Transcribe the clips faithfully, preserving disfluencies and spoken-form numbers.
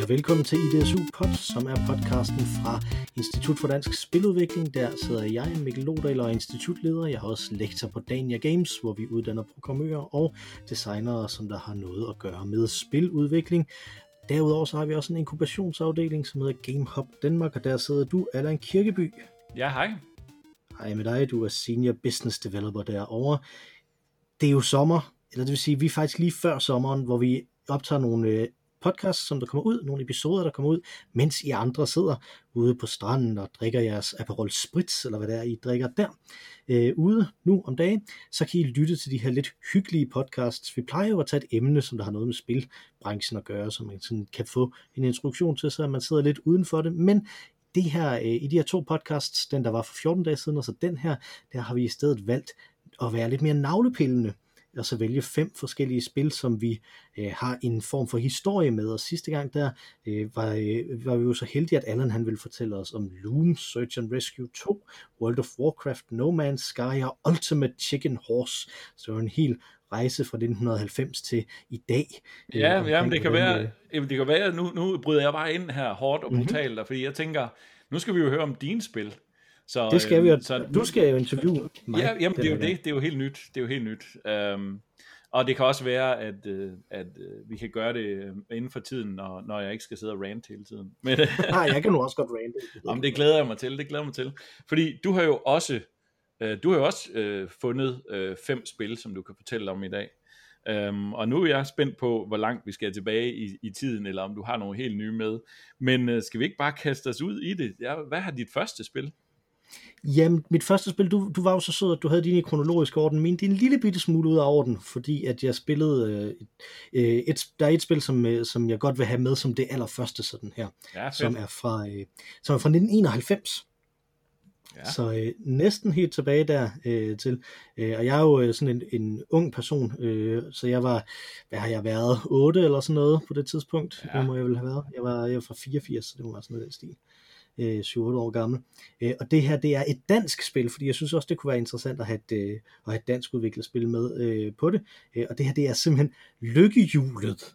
velkommen til I D S U Pod, som er podcasten fra Institut for Dansk Spiludvikling. Der sidder jeg, Mikkel Lodal, og er institutleder. Jeg er også lektor på Dania Games, hvor vi uddanner programmører og designere, som der har noget at gøre med spiludvikling. Derudover så har vi også en inkubationsafdeling, som hedder Game Hub Danmark, og der sidder du, Allan Kirkeby. Ja, hej. Hej med dig, du er Senior Business Developer derovre. Det er jo sommer, eller det vil sige, vi er faktisk lige før sommeren, hvor vi optager nogle podcasts, som der kommer ud, nogle episoder, der kommer ud, mens I andre sidder ude på stranden og drikker jeres Aperol Spritz, eller hvad det er, I drikker der, øh, ude nu om dagen, så kan I lytte til de her lidt hyggelige podcasts. Vi plejer jo at tage et emne, som der har noget med spilbranchen at gøre, så man sådan kan få en introduktion til, så man sidder lidt uden for det, men det her, øh, i de her to podcasts, den der var for fjorten dage siden, og så den her, der har vi i stedet valgt at være lidt mere navlepillende, og så vælge fem forskellige spil, som vi øh, har en form for historie med. Og sidste gang der øh, var, øh, var vi jo så heldige, at Allan han ville fortælle os om Loom, Search and Rescue to, World of Warcraft, No Man's Sky og Ultimate Chicken Horse. Så det var en hel rejse fra nitten halvfems til i dag. Ja, øh, jamen, det kan være, øh... det kan være nu, nu bryder jeg bare ind her hårdt og brutalt, mm-hmm. fordi jeg tænker, nu skal vi jo høre om dine spil. Så, det skal vi jo, så, du skal jo interviewe mig. Ja, jamen det er jo det, det er jo helt nyt, det er jo helt nyt. Um, og det kan også være, at, uh, at uh, vi kan gøre det inden for tiden, når, når jeg ikke skal sidde og rante hele tiden. Men, Nej, jeg kan nu også godt rante. Jamen det glæder jeg mig til, det glæder jeg mig til. Fordi du har jo også, uh, du har jo også uh, fundet uh, fem spil, som du kan fortælle om i dag. Um, og nu er jeg spændt på, hvor langt vi skal tilbage i, i tiden, eller om du har nogle helt nye med. Men uh, skal vi ikke bare kaste os ud i det? Ja, hvad har dit første spil? Jamen, mit første spil, du, du var jo så sød, at du havde din i kronologisk orden, min det er en lille bitte smule ud af orden, fordi at jeg spillede, øh, et, der er et spil, som, som jeg godt vil have med som det allerførste sådan her, ja, som, er fra, øh, som er fra nitten enoghalvfems. Ja. Så øh, næsten helt tilbage der øh, til, øh, og jeg er jo øh, sådan en, en ung person, øh, så jeg var, hvad har jeg været, otte eller sådan noget på det tidspunkt, ja. Det må jeg vel have været, jeg var, jeg var fra fireogfirs, så det må være sådan noget den stil. syv otte år gammel. Og det her, det er et dansk spil, fordi jeg synes også, det kunne være interessant at have et, at have et dansk udviklet spil med på det. Og det her, det er simpelthen Lykkehjulet,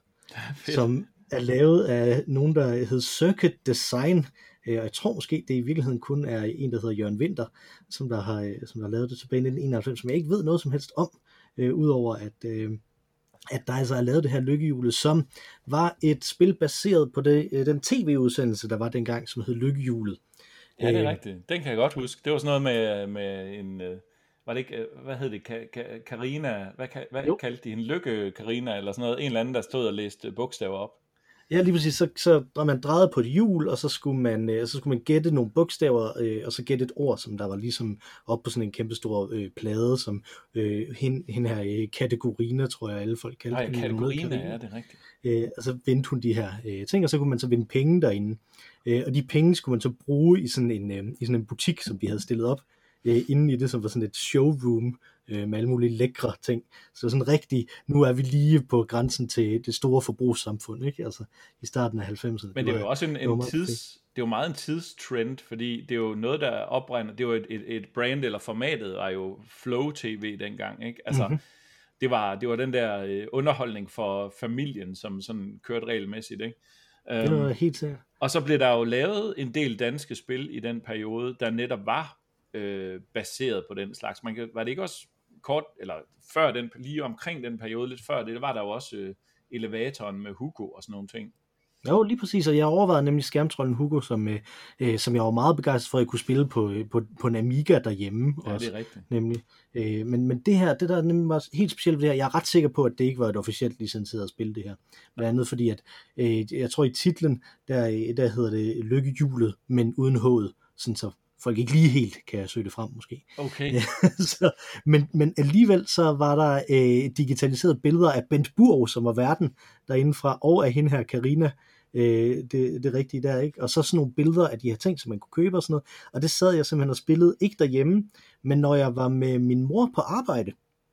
som er lavet af nogen, der hedder Circuit Design. Og jeg tror måske, det i virkeligheden kun er en, der hedder Jørgen Winther, som der har, som der har lavet det tilbage i nitten enoghalvfems, som jeg ikke ved noget som helst om, udover at at der altså er lavet det her Lykkehjulet, som var et spil baseret på det, den tv-udsendelse, der var dengang, som hed Lykkehjulet. Ja, det er rigtigt. Den kan jeg godt huske. Det var sådan noget med, med en, var det ikke, hvad hed det, Karina, hvad, hvad kaldte de hende, Lykke Karina, eller sådan noget, en eller anden, der stod og læste bogstaver op. Ja, lige præcis, så, så var man drejet på et hjul, og så skulle man, øh, så skulle man gætte nogle bogstaver, øh, og så gætte et ord, som der var ligesom op på sådan en kæmpe stor øh, plade, som øh, hende, hende her øh, Kategorina, tror jeg alle folk kaldte. Nej, Kategorina, ja, det er rigtigt. Øh, og så vendte hun de her øh, ting, og så kunne man så vinde penge derinde. Øh, og de penge skulle man så bruge i sådan en, øh, i sådan en butik, som de havde stillet op, øh, inden i det, som var sådan et showroom, med alle mulige lækre ting. Så sådan rigtig, nu er vi lige på grænsen til det store forbrugssamfund, ikke? Altså i starten af halvfemserne. Men det er jo også en, en tids, det er jo meget en tidstrend, fordi det er jo noget, der opregner, det er jo et, et, et brand, eller formatet var jo Flow T V dengang, ikke? Altså, mm-hmm. det, var, det var den der underholdning for familien, som sådan kørte regelmæssigt, ikke? Det var um, helt sikkert. Og så blev der jo lavet en del danske spil i den periode, der netop var øh, baseret på den slags. Man kan, var det ikke også kort, eller før den, lige omkring den periode, lidt før det, der var der jo også øh, elevatoren med Hugo og sådan nogle ting. Jo, lige præcis, og jeg overvejede nemlig skærmtrollen Hugo, som, øh, som jeg var meget begejstret for, at jeg kunne spille på, på, på en Amiga derhjemme. Ja, også, det er rigtigt. Nemlig. Øh, men, men det her, det der nemlig var helt specielt ved det her, jeg er ret sikker på, at det ikke var et officielt licenseret spil, det her. Blandt andet fordi, at øh, jeg tror i titlen, der, der hedder det Lykkehjulet, men uden H'et, sådan så folk ikke lige helt kan søge det frem måske. Okay. så, men, men alligevel så var der øh, digitaliserede billeder af Bent Burg, som var verden derindefra, og af hende her Karina, øh, det, det rigtige der, ikke? Og så sådan nogle billeder af de her ting, som man kunne købe og sådan noget. Og det sad jeg simpelthen og spillede, ikke derhjemme, men når jeg var med min mor på arbejde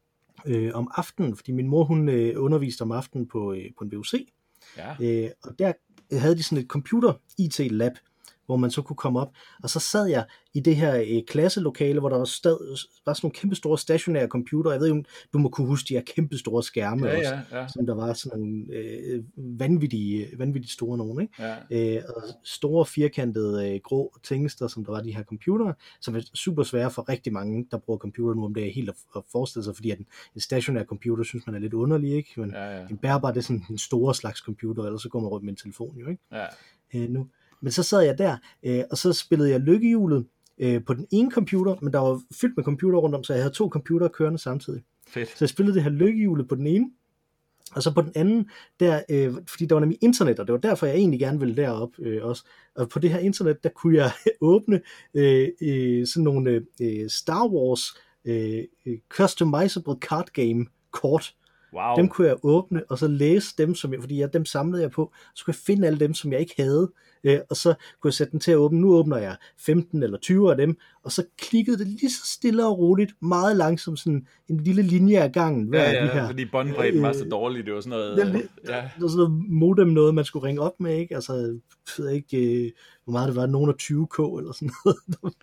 øh, om aftenen, fordi min mor hun øh, underviste om aftenen på, øh, på en V U C. Ja. Øh, og der havde de sådan et computer I T lab, hvor man så kunne komme op, og så sad jeg i det her øh, klasselokale, hvor der var, stad, var sådan nogle kæmpe store stationære computere. Jeg ved ikke, du må kunne huske de her kæmpe store skærme ja, også, ja, ja. som der var sådan nogle øh, vanvittige, vanvittige store nogen, ikke? Ja. Øh, og store firkantede øh, grå tingester, som der var de her computere, som er super svære for rigtig mange, der bruger computer nu om det er helt at, at forestille sig, fordi at en, en stationær computer synes man er lidt underlig, ikke? Men ja, ja. en bærbar, det er sådan en store slags computer, ellers så går man rundt med en telefon jo, ikke? Ja. Øh, nu. Men så sad jeg der, øh, og så spillede jeg lykkehjulet øh, på den ene computer, men der var fyldt med computer rundt om, så jeg havde to computere kørende samtidig. Fedt. Så jeg spillede det her lykkehjulet på den ene, og så på den anden, der, øh, fordi der var nemlig internet, og det var derfor, jeg egentlig gerne ville derop øh, også. Og på det her internet, der kunne jeg åbne øh, øh, sådan nogle øh, Star Wars øh, customizable card game kort. Wow. Dem kunne jeg åbne, og så læse dem, som jeg, fordi jeg, dem samlede jeg på, så kunne jeg finde alle dem, som jeg ikke havde, øh, og så kunne jeg sætte dem til at åbne. Nu åbner jeg femten eller tyve af dem, og så klikkede det lige så stille og roligt, meget langsomt, sådan en lille linje af gangen. Hver ja, ja, af de her, fordi båndbredden var så dårlig, det var sådan noget... Det, det, ja. det var sådan noget modem noget, man skulle ringe op med, ikke? Altså, jeg ved ikke, øh, hvor meget det var, nogen af tyve K eller sådan noget.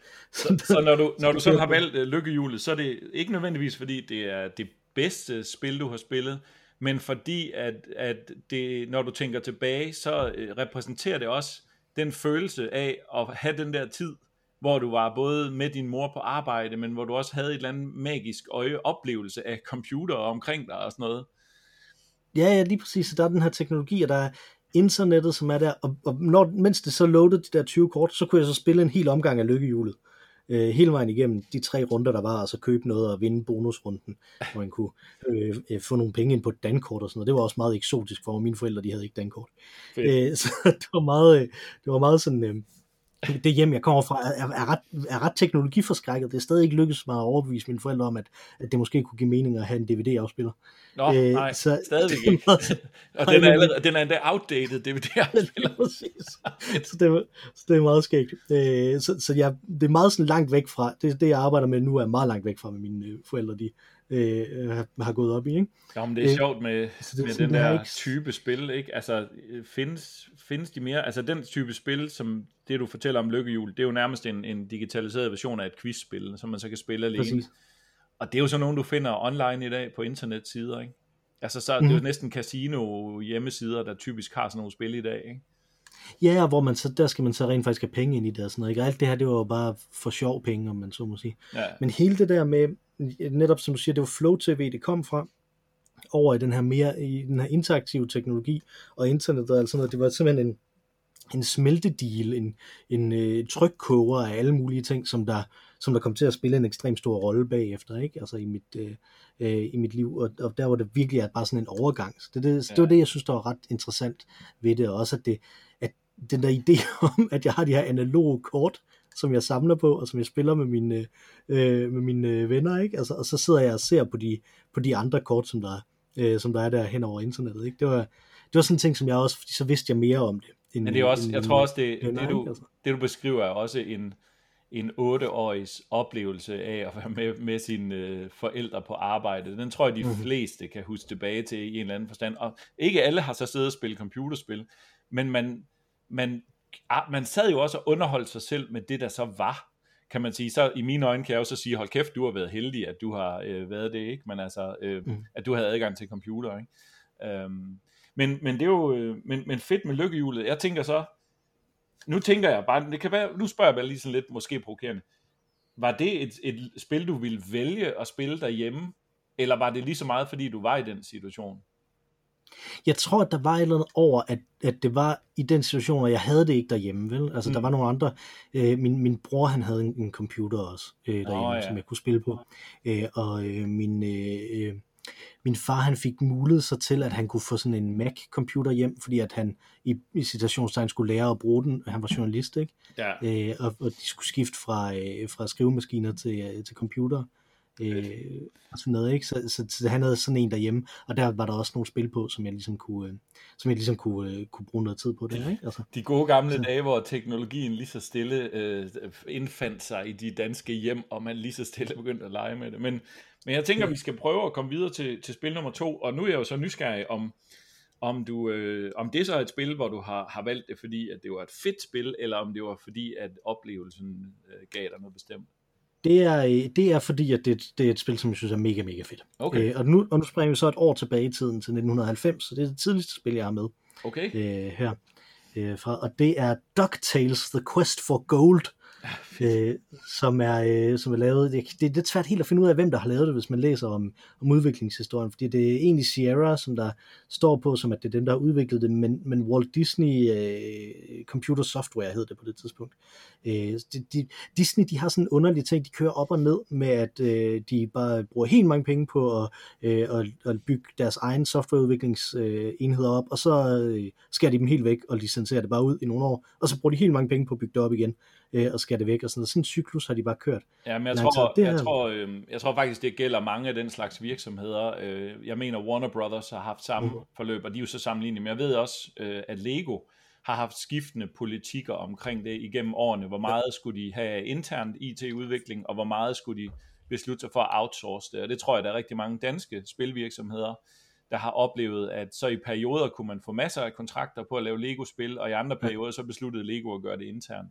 så, så når du, når du sådan har valgt uh, lykkehjulet, så er det ikke nødvendigvis, fordi det er det bedste spil, du har spillet, men fordi, at, at det, når du tænker tilbage, så øh, repræsenterer det også den følelse af at have den der tid, hvor du var både med din mor på arbejde, men hvor du også havde et eller andet magisk øje oplevelse af computer omkring dig og sådan noget. Ja, ja, lige præcis. Så der er den her teknologi, og der er internettet, som er der, og, og når, mens det så loadede de der tyve kort, så kunne jeg så spille en hel omgang af lykkehjulet. Øh, hele vejen igennem de tre runder, der var, og så købe noget og vinde bonusrunden, hvor man kunne øh, få nogle penge ind på et dankort og sådan noget. Det var også meget eksotisk, for mine forældre, de havde ikke dankort. Øh, så det var meget, det var meget sådan... Øh, det hjem, jeg kommer fra, er, er, ret, er ret teknologiforskrækket. Det er stadig ikke lykkedes mig at overbevise mine forældre om, at, at det måske kunne give mening at have en D V D-afspiller. Nå, øh, nej, så, stadigvæk ikke. Og den er, allerede, den er endda outdated D V D-afspiller. så, det, så det er meget skægt. Øh, så så jeg, det er meget sådan langt væk fra, det, det jeg arbejder med nu er meget langt væk fra, med mine øh, forældre, de øh, har, har gået op i, ikke? Ja, men det er øh, sjovt med, det med den der ikke... type spil, ikke? Altså, findes, findes de mere, altså den type spil, som det du fortæller om lykkehjul, det er jo nærmest en, en digitaliseret version af et quizspil, som man så kan spille alene. Præcis. Og det er jo så nogen, du finder online i dag på internetsider, ikke? Altså, så mm-hmm. det er jo næsten casino hjemmesider, der typisk har sådan nogle spil i dag, ikke? Ja, hvor man så, der skal man så rent faktisk have penge ind i det og sådan noget, ikke? Og alt det her, det var jo bare for sjov penge, om man så må sige. Ja. Men hele det der med, netop som du siger, det var Flow T V, det kom fra, over i den her mere, i den her interaktive teknologi og internet og alt sådan noget, det var simpelthen en, en smeltedeal, en, en øh, trykkoger af alle mulige ting, som der, som der kom til at spille en ekstremt stor rolle bagefter, ikke? Altså i mit, øh, øh, i mit liv, og, og der var det virkelig at bare sådan en overgang. Så det, det, ja. det var det, jeg synes, der var ret interessant ved det, og også at, det, at den der idé om, at jeg har de her analoge kort, som jeg samler på, og som jeg spiller med mine, øh, med mine venner, ikke? Altså, og så sidder jeg og ser på de, på de andre kort, som der, øh, som der er der hen over internettet, ikke? Det var, det var sådan en ting, som jeg også, fordi så vidste jeg mere om det. End, Men det er også, end, jeg tror også, det, det, det, du, det du beskriver er også en, en otteårigs oplevelse af at være med, med sine øh, forældre på arbejde. Den tror jeg, de mm-hmm. fleste kan huske tilbage til i en eller anden forstand. Og ikke alle har så siddet og spillet computerspil, men man, man, man sad jo også og underholdt sig selv med det, der så var, kan man sige. Så i mine øjne kan jeg også sige, hold kæft, du har været heldig, at du har øh, været det, ikke? Men altså, øh, mm. at du havde adgang til computer, ikke? Um, Men, men det er jo men, men fedt med lykkehjulet. Jeg tænker så, nu tænker jeg bare, det kan være, nu spørger jeg bare lige sådan lidt, måske provokerende. Var det et, et spil, du ville vælge at spille derhjemme, eller var det lige så meget, fordi du var i den situation? Jeg tror, at der var et eller andet over, at, at det var i den situation, og jeg havde det ikke derhjemme, vel? Altså, mm. der var nogle andre. Øh, min, min bror, han havde en, en computer også øh, derhjemme, oh, ja. som jeg kunne spille på. Øh, og øh, min... Øh, Min far, han fik mulighed så til, at han kunne få sådan en Mac-computer hjem, fordi at han i, i citationstegn skulle lære at bruge den. Han var journalist, ikke? Ja. Øh, og, og de skulle skifte fra, øh, fra skrivemaskiner til, øh, til computer. Øh, og sådan noget, ikke? Så, så, så han havde sådan en derhjemme, og der var der også nogle spil på, som jeg ligesom kunne, øh, som jeg ligesom kunne, øh, kunne bruge noget tid på det, ikke? Altså, de gode gamle så. dage, hvor teknologien lige så stille øh, indfandt sig i de danske hjem, og man lige så stille begyndte at lege med det. Men Men jeg tænker, at vi skal prøve at komme videre til, til spil nummer to, og nu er jeg jo så nysgerrig om, om du, øh, om det så er et spil, hvor du har, har valgt det, fordi at det var et fedt spil, eller om det var fordi, at oplevelsen øh, gav dig noget bestemt. Det er, det er fordi, at det, det er et spil, som jeg synes er mega, mega fedt. Okay. Øh, og, nu, og nu springer vi så et år tilbage i tiden til nitten halvfems, så det er det tidligste spil, jeg har med okay. øh, her. Øh, fra, og det er DuckTales The Quest for Gold, øh, som, er, øh, som er lavet. Det, det er lidt svært helt at finde ud af, hvem der har lavet det, hvis man læser om, om udviklingshistorien, fordi det er egentlig Sierra, som der står på, som at det er dem, der har udviklet det, men, men Walt Disney øh, Computer Software hed det på det tidspunkt. Øh, de, de, Disney, de har sådan en underlig ting, de kører op og ned med, at øh, de bare bruger helt mange penge på at, øh, at, at bygge deres egen softwareudviklingsenheder op, og så øh, skærer de dem helt væk og licenserer det bare ud i nogle år, og så bruger de helt mange penge på at bygge det op igen øh, og skære det væk, og sådan noget. Sådan en cyklus har de bare kørt. Ja, men jeg tror, det jeg, tror, øh, jeg tror faktisk, det gælder mange af den slags virksomheder. Øh, jeg mener, Warner Brothers har haft samme uh-huh. forløb, og de er jo så sammenlignelige, men jeg ved også, øh, at Lego har haft skiftende politikker omkring det igennem årene. Hvor meget skulle de have internt I T-udvikling, og hvor meget skulle de beslutte sig for at outsource det. Og det tror jeg, der er rigtig mange danske spilvirksomheder, der har oplevet, at så i perioder kunne man få masser af kontrakter på at lave Lego-spil, og i andre perioder så besluttede Lego at gøre det internt.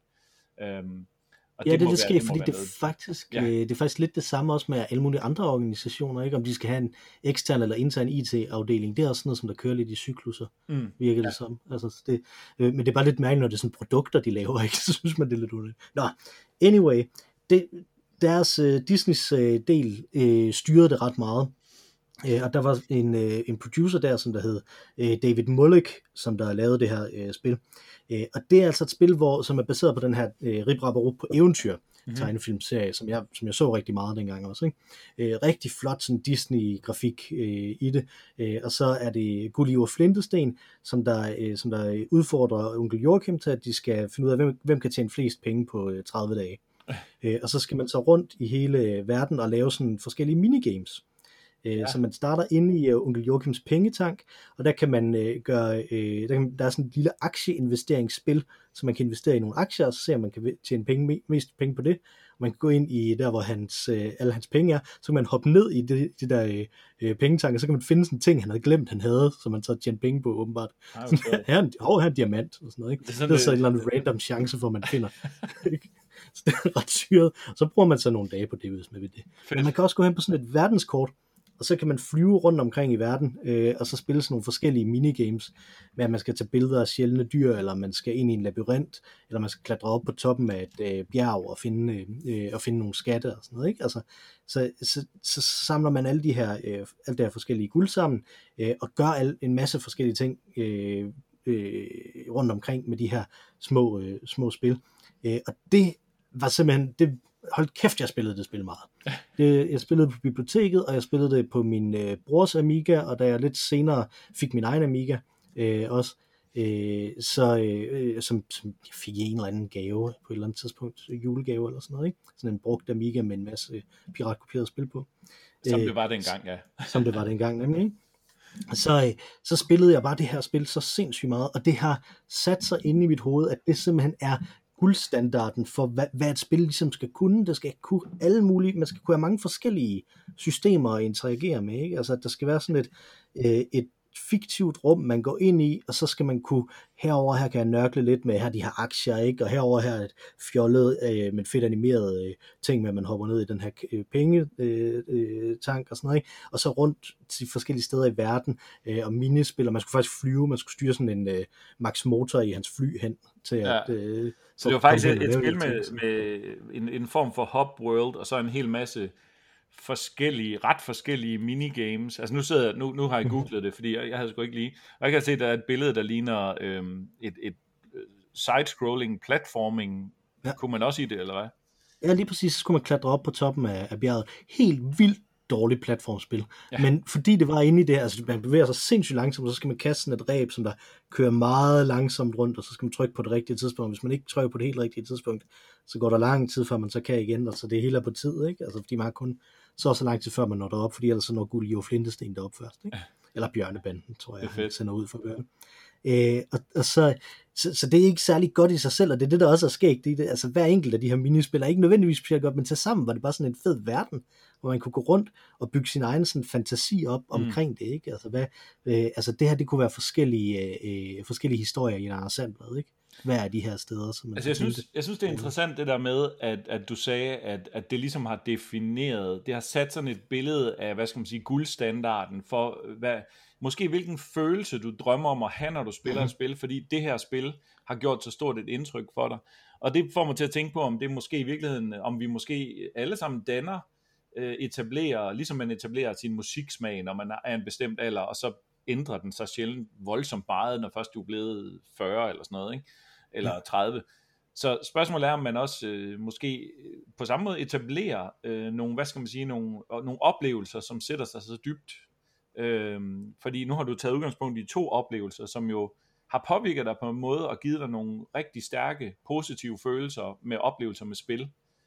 Um, og ja, det, det, det sker, være, det fordi det er, faktisk, ja. øh, det er faktisk lidt det samme også med alle mulige andre organisationer, ikke? Om de skal have en ekstern eller intern I T-afdeling. Det er også sådan noget, som der kører lidt i cykluser, mm. virker det ja. som. Altså, det, øh, men det er bare lidt mærkeligt, når det er sådan produkter, de laver, ikke? Så synes man, det er lidt underligt. Nå, anyway, det, deres øh, Disneys øh, del øh, styrede det ret meget. Øh, og der var en, øh, en producer der, som der hed øh, David Mullick, som der lavede det her øh, spil. Øh, og det er altså et spil, hvor, som er baseret på den her øh, Rip Rap og Rup på eventyr mm-hmm. tegnefilmserie, som jeg, som jeg så rigtig meget dengang også. Ikke? Øh, rigtig flot sådan Disney-grafik øh, i det. Øh, og så er det Gulliver Flintesten, som der, øh, som der udfordrer onkel Joachim til, at de skal finde ud af, hvem, hvem kan tjene flest penge på øh, tredive dage. Øh, og så skal man så rundt i hele verden og lave sådan forskellige minigames. Ja. Så man starter inde i uh, onkel Joachims pengetank, og der kan man uh, gøre, uh, der, kan, der er sådan et lille aktieinvesteringsspil, så man kan investere i nogle aktier, og så se, om man kan tjene penge, mest penge på det. Og man kan gå ind i der, hvor hans, uh, alle hans penge er, så kan man hoppe ned i det, det der uh, pengetank, og så kan man finde sådan en ting, han havde glemt, han havde, som man så tjente penge på, åbenbart. Ah, okay. Sådan, her, er en, oh, her er en diamant, og sådan noget. Ikke? Det er, sådan, det er så en eller anden random chance, hvor man finder. Så det er ret syret. Så bruger man så nogle dage på det, hvis man vil det. Men man kan også gå hen på sådan et verdenskort, og så kan man flyve rundt omkring i verden, øh, og så spille sådan nogle forskellige minigames, med at man skal tage billeder af sjældne dyr, eller man skal ind i en labyrint, eller man skal klatre op på toppen af et øh, bjerg og finde, øh, og finde nogle skatte og sådan noget, ikke? Altså, så, så, så samler man alle de her, øh, alle de her forskellige guld sammen, øh, og gør al, en masse forskellige ting øh, øh, rundt omkring med de her små, øh, små spil. Øh, og det var simpelthen, det hold kæft, jeg spillede det spil meget. Det, jeg spillede på biblioteket, og jeg spillede det på min øh, brors Amiga, og da jeg lidt senere fik min egen Amiga øh, også, øh, så øh, som, som jeg fik en eller anden gave på et eller andet tidspunkt, julegave eller sådan noget, ikke? Sådan en brugt Amiga med en masse piratkopierede spil på. Som øh, det var dengang, ja. Som det var dengang, nemlig, ikke? Så, så spillede jeg bare det her spil så sindssygt meget, og det har sat sig inde i mit hoved, at det simpelthen er guldstandarden for, hvad, hvad et spil ligesom skal kunne. Det skal kunne alle mulige, man skal kunne have mange forskellige systemer at interagere med, ikke? Altså, der skal være sådan et, øh, et fiktivt rum, man går ind i, og så skal man kunne, herover her kan jeg nørkle lidt med, her de her aktier, ikke? Og herover her et fjollet, øh, men fedt animeret øh, ting med, at man hopper ned i den her øh, pengetank øh, øh, og sådan noget, ikke? Og så rundt til forskellige steder i verden, øh, og minispil, og man skulle faktisk flyve, man skulle styre sådan en øh, Max Motor i hans fly hen til ja. at... Øh, så det var faktisk et, et spil med, med en, en form for hub world, og så en hel masse forskellige, ret forskellige minigames. Altså nu sidder jeg, nu, nu har jeg googlet det, fordi jeg, jeg havde sgu ikke lige, og jeg kan se, at der er et billede, der ligner øhm, et, et side-scrolling platforming. Ja. Kunne man også i det, eller hvad? Ja, lige præcis, så skulle man klatre op på toppen af, af bjerget. Helt vildt dårligt platformspil. Ja. Men fordi det var inde i det, altså man bevæger sig sindssygt langsomt, så skal man kaste sådan et ræb, som der kører meget langsomt rundt, og så skal man trykke på det rigtige tidspunkt. Hvis man ikke trykker på det helt rigtige tidspunkt, så går der lang tid, før man så kan igen, og så det hele er på tid, ikke? Altså fordi man har kun så så lang tid, før man når derop, fordi ellers så når Gulliver Flintesten derop først, ikke? Ja. Eller Bjørnebanden, tror jeg, han sender ud for bjørne. Øh, og, og så, så, så det er ikke særlig godt i sig selv, og det er det, der også er skægt i det. Altså hver enkelt af de her minispil er ikke nødvendigvis specielt godt, men til sammen var det bare sådan en fed verden hvor man kunne gå rundt og bygge sin egen sådan, fantasi op omkring mm. det, ikke? Altså, hvad, øh, altså det her, det kunne være forskellige, øh, forskellige historier i en Anders Sandblad, ikke? Hvad er de her steder? Som man altså jeg synes, jeg synes, det er interessant det der med, at, at du sagde, at, at det ligesom har defineret, det har sat sådan et billede af, hvad skal man sige, guldstandarden for, hvad, måske hvilken følelse du drømmer om at have, når du spiller et spil, fordi det her spil har gjort så stort et indtryk for dig. Og det får mig til at tænke på, om det måske i virkeligheden, om vi måske alle sammen danner, etablerer, ligesom man etablerer sin musiksmag, når man er en bestemt alder, og så ændrer den sig sjældent voldsomt meget, når først du er blevet fyrre eller sådan noget, ikke? Eller tredive. Så spørgsmålet er, om man også øh, måske på samme måde etablerer øh, nogle, hvad skal man sige, nogle, nogle oplevelser, som sætter sig så dybt. Øh, fordi nu har du taget udgangspunkt i to oplevelser, som jo har påvirket dig på en måde og givet dig nogle rigtig stærke, positive følelser med oplevelser med spil.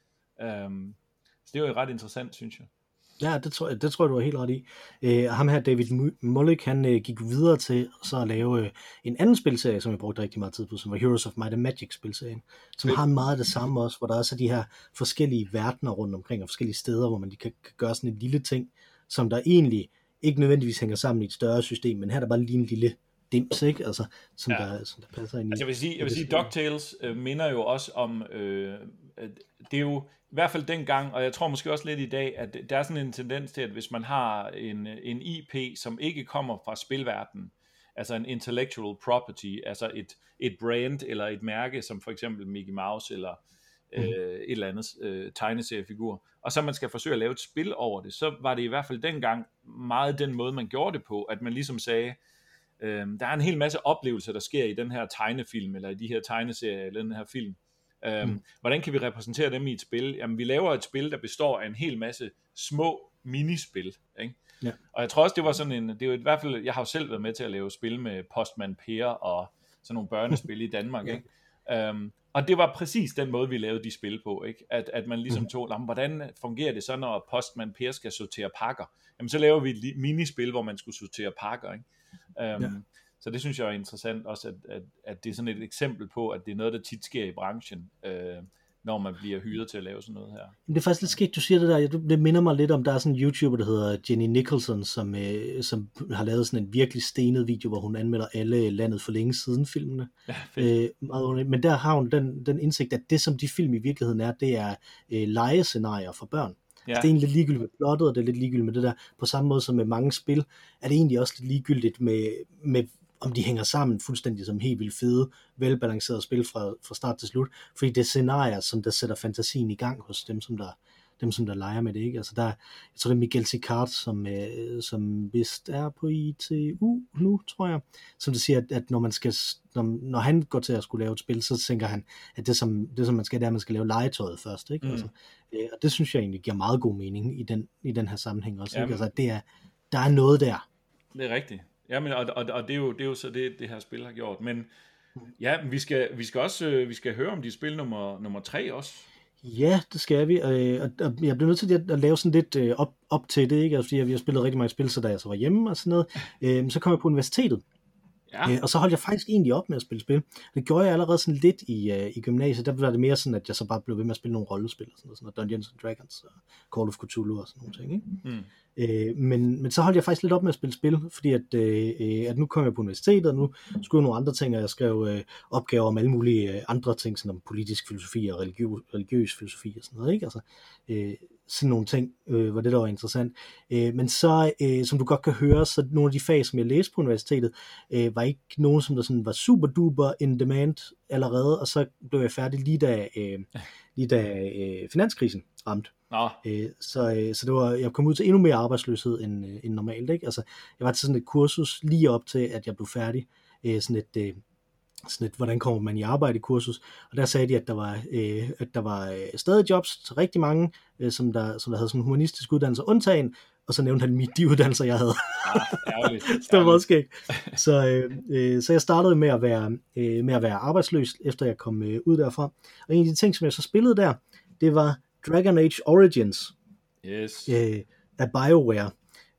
Øh, så det er jo ret interessant, synes jeg. Ja, det tror jeg, det tror jeg, du har helt ret i. Øh, ham her, David Mullick, han øh, gik videre til så at lave øh, en anden spilserie, som jeg brugte rigtig meget tid på, som var Heroes of Might and Magic spilserien, som har meget af det samme også, hvor der også er de her forskellige verdener rundt omkring, og forskellige steder, hvor man kan, kan gøre sådan en lille ting, som der egentlig ikke nødvendigvis hænger sammen i et større system, men her er der bare lige en lille dims, ikke? Altså, som, ja. der, som der passer ind i. Altså jeg vil sige, jeg vil sige DuckTales øh, minder jo også om, øh, det er jo i hvert fald dengang, og jeg tror måske også lidt i dag, at der er sådan en tendens til, at hvis man har en, en I P, som ikke kommer fra spilverdenen, altså en intellectual property, altså et, et brand eller et mærke, som for eksempel Mickey Mouse eller mm. øh, et eller andet øh, tegneseriefigur, og så man skal forsøge at lave et spil over det, så var det i hvert fald dengang meget den måde, man gjorde det på, at man ligesom sagde, øh, der er en hel masse oplevelser, der sker i den her tegnefilm, eller i de her tegneserier, eller den her film. Øhm, mm. Hvordan kan vi repræsentere dem i et spil? Jamen, vi laver et spil, der består af en hel masse små minispil, ikke? Ja. Og jeg tror også, det var sådan en, det er jo i hvert fald, jeg har jo selv været med til at lave spil med Postman Per og sådan nogle børnespil i Danmark, ikke? Øhm, og det var præcis den måde, vi lavede de spil på, ikke? At, at man ligesom tog, jamen, hvordan fungerer det så, når Postman Per skal sortere pakker? Jamen, så laver vi et minispil, hvor man skulle sortere pakker, ikke? Øhm, ja. Så det synes jeg er interessant også, at, at, at det er sådan et eksempel på, at det er noget, der tit sker i branchen, øh, når man bliver hyret til at lave sådan noget her. Det er faktisk lidt skægt, du siger det der. Det minder mig lidt om, der er sådan en YouTuber, der hedder Jenny Nicholson, som, øh, som har lavet sådan en virkelig stenet video, hvor hun anmelder alle landet for længe siden filmene. Ja, øh, men der har hun den, den indsigt, at det som de film i virkeligheden er, det er øh, legescenarier for børn. Ja. Altså, det er egentlig lidt ligegyldigt med plottet, og det er lidt ligegyldigt med det der. På samme måde som med mange spil, er det egentlig også lidt ligegyldigt med, med om de hænger sammen fuldstændig som helt vildt fede, velbalancerede spil fra, fra start til slut, fordi det er scenarier, som der sætter fantasien i gang hos dem, som der, dem, som der leger med det, ikke? Altså der, jeg tror det er Miguel Sicard, som, øh, som vist er på I T U nu, tror jeg, som det siger, at, at når man skal, når, når han går til at skulle lave et spil, så tænker han, at det som, det som man skal, det er, at man skal lave legetøjet først, ikke? Mm. Altså, øh, og det synes jeg egentlig giver meget god mening i den, i den her sammenhæng også, ikke? Altså det er, der er noget der. Det er rigtigt. Ja, men, og, og, og det, er jo, det er jo så det, det her spil har gjort. Men ja, vi skal, vi skal også vi skal høre om de spil nummer, nummer tre også. Ja, det skal vi. Og, og jeg bliver nødt til at, at lave sådan lidt op, op til det, ikke? Altså, fordi vi har spillet rigtig mange spil, så da jeg så var hjemme og sådan noget. Øh, så kom jeg på universitetet. Ja. Øh, og så holdt jeg faktisk egentlig op med at spille spil. Det gjorde jeg allerede sådan lidt i, uh, i gymnasiet. Der var det mere sådan, at jeg så bare blev ved med at spille nogle rollespil, sådan noget, sådan noget Dungeons and Dragons og Call of Cthulhu og sådan nogle ting, ikke? Mm. Øh, men, men så holdt jeg faktisk lidt op med at spille spil, fordi at, øh, at nu kom jeg på universitetet, og nu skulle jeg nogle andre ting, og jeg skrev øh, opgaver om alle mulige øh, andre ting, sådan om politisk filosofi og religiøs, religiøs filosofi og sådan noget, ikke? Altså, øh, sådan nogle ting, øh, var det der var interessant. Øh, men så, øh, som du godt kan høre, så nogle af de fag, som jeg læste på universitetet, øh, var ikke nogen, som der sådan var super duper in demand allerede, og så blev jeg færdig lige da, øh, lige da øh, finanskrisen ramte. Nå. Øh, så, øh, så det var, jeg kom ud til endnu mere arbejdsløshed end, øh, end normalt, ikke? Altså, jeg var til sådan et kursus lige op til, at jeg blev færdig. Øh, sådan et, øh, sådan et, hvordan kommer man i arbejde i kursus? Og der sagde de, at der var, øh, at der var øh, stadig jobs til rigtig mange, øh, som, der, som der havde sådan en humanistisk uddannelse undtagen, og så nævnte han de uddannelser, jeg havde. Ja, ærgerligt. Så det var meget skægt. Så, øh, øh, så jeg startede med at, være, øh, med at være arbejdsløs, efter jeg kom øh, ud derfra. Og en af de ting, som jeg så spillede der, det var Dragon Age Origins, yes. øh, af BioWare,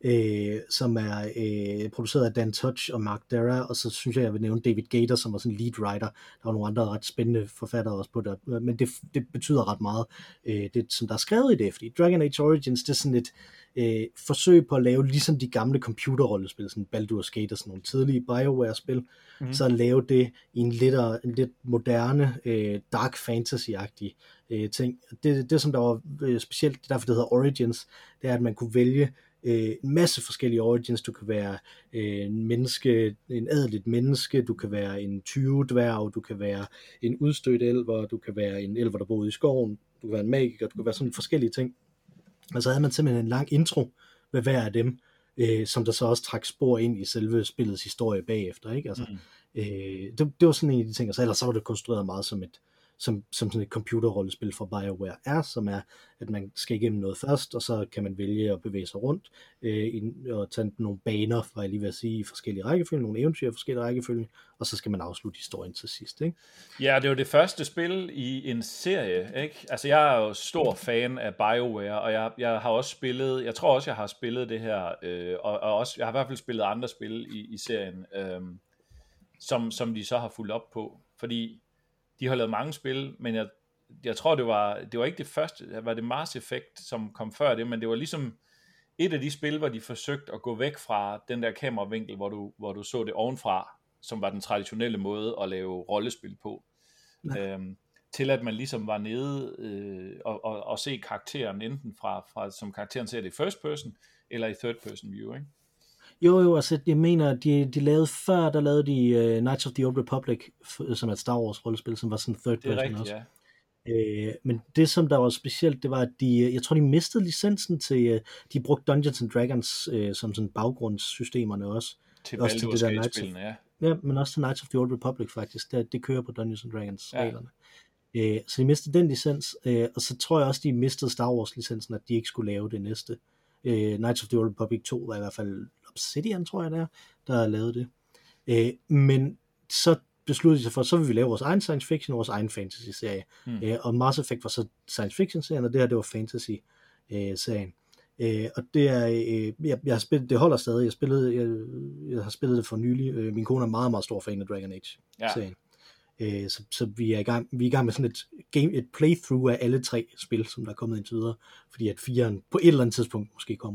øh, som er øh, produceret af Dan Touch og Mark Darrah, og så synes jeg, jeg vil nævne David Gator, som var sådan lead writer. Der var nogle andre ret spændende forfattere også på det, men det, det betyder ret meget, øh, det som der er skrevet i det, fordi Dragon Age Origins, det er sådan et øh, forsøg på at lave ligesom de gamle computerrollespil, sådan Baldur's Gate og sådan nogle tidlige BioWare-spil, mm-hmm. så at lave det i en lidt, en lidt moderne, øh, dark fantasy-agtig øh, ting. Det, det som der var øh, specielt, derfor det hedder Origins, det er, at man kunne vælge øh, en masse forskellige origins. Du kan være øh, en menneske, en adeligt menneske, du kan være en tyvedværg, du kan være en udstødt elver, du kan være en elver, der boede i skoven, du kan være en magiker, du kan være sådan forskellige ting. Og så havde man simpelthen en lang intro med hver af dem, øh, som der så også trak spor ind i selve spillets historie bagefter, ikke? Altså, mm. øh, det, det var sådan en af de ting, og så ellers så var det konstrueret meget som et som, som sådan et computerrollespil fra BioWare er, som er, at man skal igennem noget først, og så kan man vælge at bevæge sig rundt øh, ind, og tage nogle baner, for jeg lige vil sige, i forskellige rækkefølge, nogle eventyr i forskellige rækkefølge, og så skal man afslutte historien til sidst, ikke? Ja, det var det første spil i en serie, ikke? Altså, jeg er jo stor fan af BioWare, og jeg, jeg har også spillet, jeg tror også, jeg har spillet det her, øh, og, og også, jeg har i hvert fald spillet andre spil i, i serien, øh, som, som de så har fulgt op på, fordi de har lavet mange spil, men jeg, jeg tror, det var, det var ikke det første, det var det Mass Effect, som kom før det, men det var ligesom et af de spil, hvor de forsøgte at gå væk fra den der kameravinkel, hvor du, hvor du så det ovenfra, som var den traditionelle måde at lave rollespil på, øhm, til at man ligesom var nede øh, og, og, og se karakteren enten fra, fra, som karakteren ser det i first person, eller i third person view, ikke? Jo, jo, altså jeg mener, de, de lavede før, der lavede de uh, Knights of the Old Republic, som er et Star Wars rollespil, som var sådan third person. Det er rigtigt, også. Ja. Uh, men det, som der var specielt, det var, at de, jeg tror, de mistede licensen til, uh, de brugte Dungeons and Dragons uh, som sådan baggrundssystemerne også. Til også til det der Knights of, ja. Ja, men også til Knights of the Old Republic faktisk, det, det kører på Dungeons and Dragons ja. reglerne. Uh, så de mistede den licens, uh, og så tror jeg også, de mistede Star Wars licensen, at de ikke skulle lave det næste. Uh, Knights of the Old Republic to var i hvert fald Obsidian, tror jeg det er, der har lavet det. Øh, men så besluttede de sig for, så vil vi lave vores egen science fiction og vores egen fantasy-serie. Mm. Øh, og Mass Effect var så science fiction-serien, og det her, det var fantasy-serien. Øh, og det er, øh, jeg, jeg har spillet, det holder stadig, jeg, spillede, jeg, jeg har spillet det for nylig. Øh, min kone er meget, meget stor fan af Dragon Age-serien. Ja. Øh, så, så vi er i gang, vi er i gang med sådan et, game, et playthrough af alle tre spil, som der er kommet indtil videre, fordi at firen på et eller andet tidspunkt måske kommer.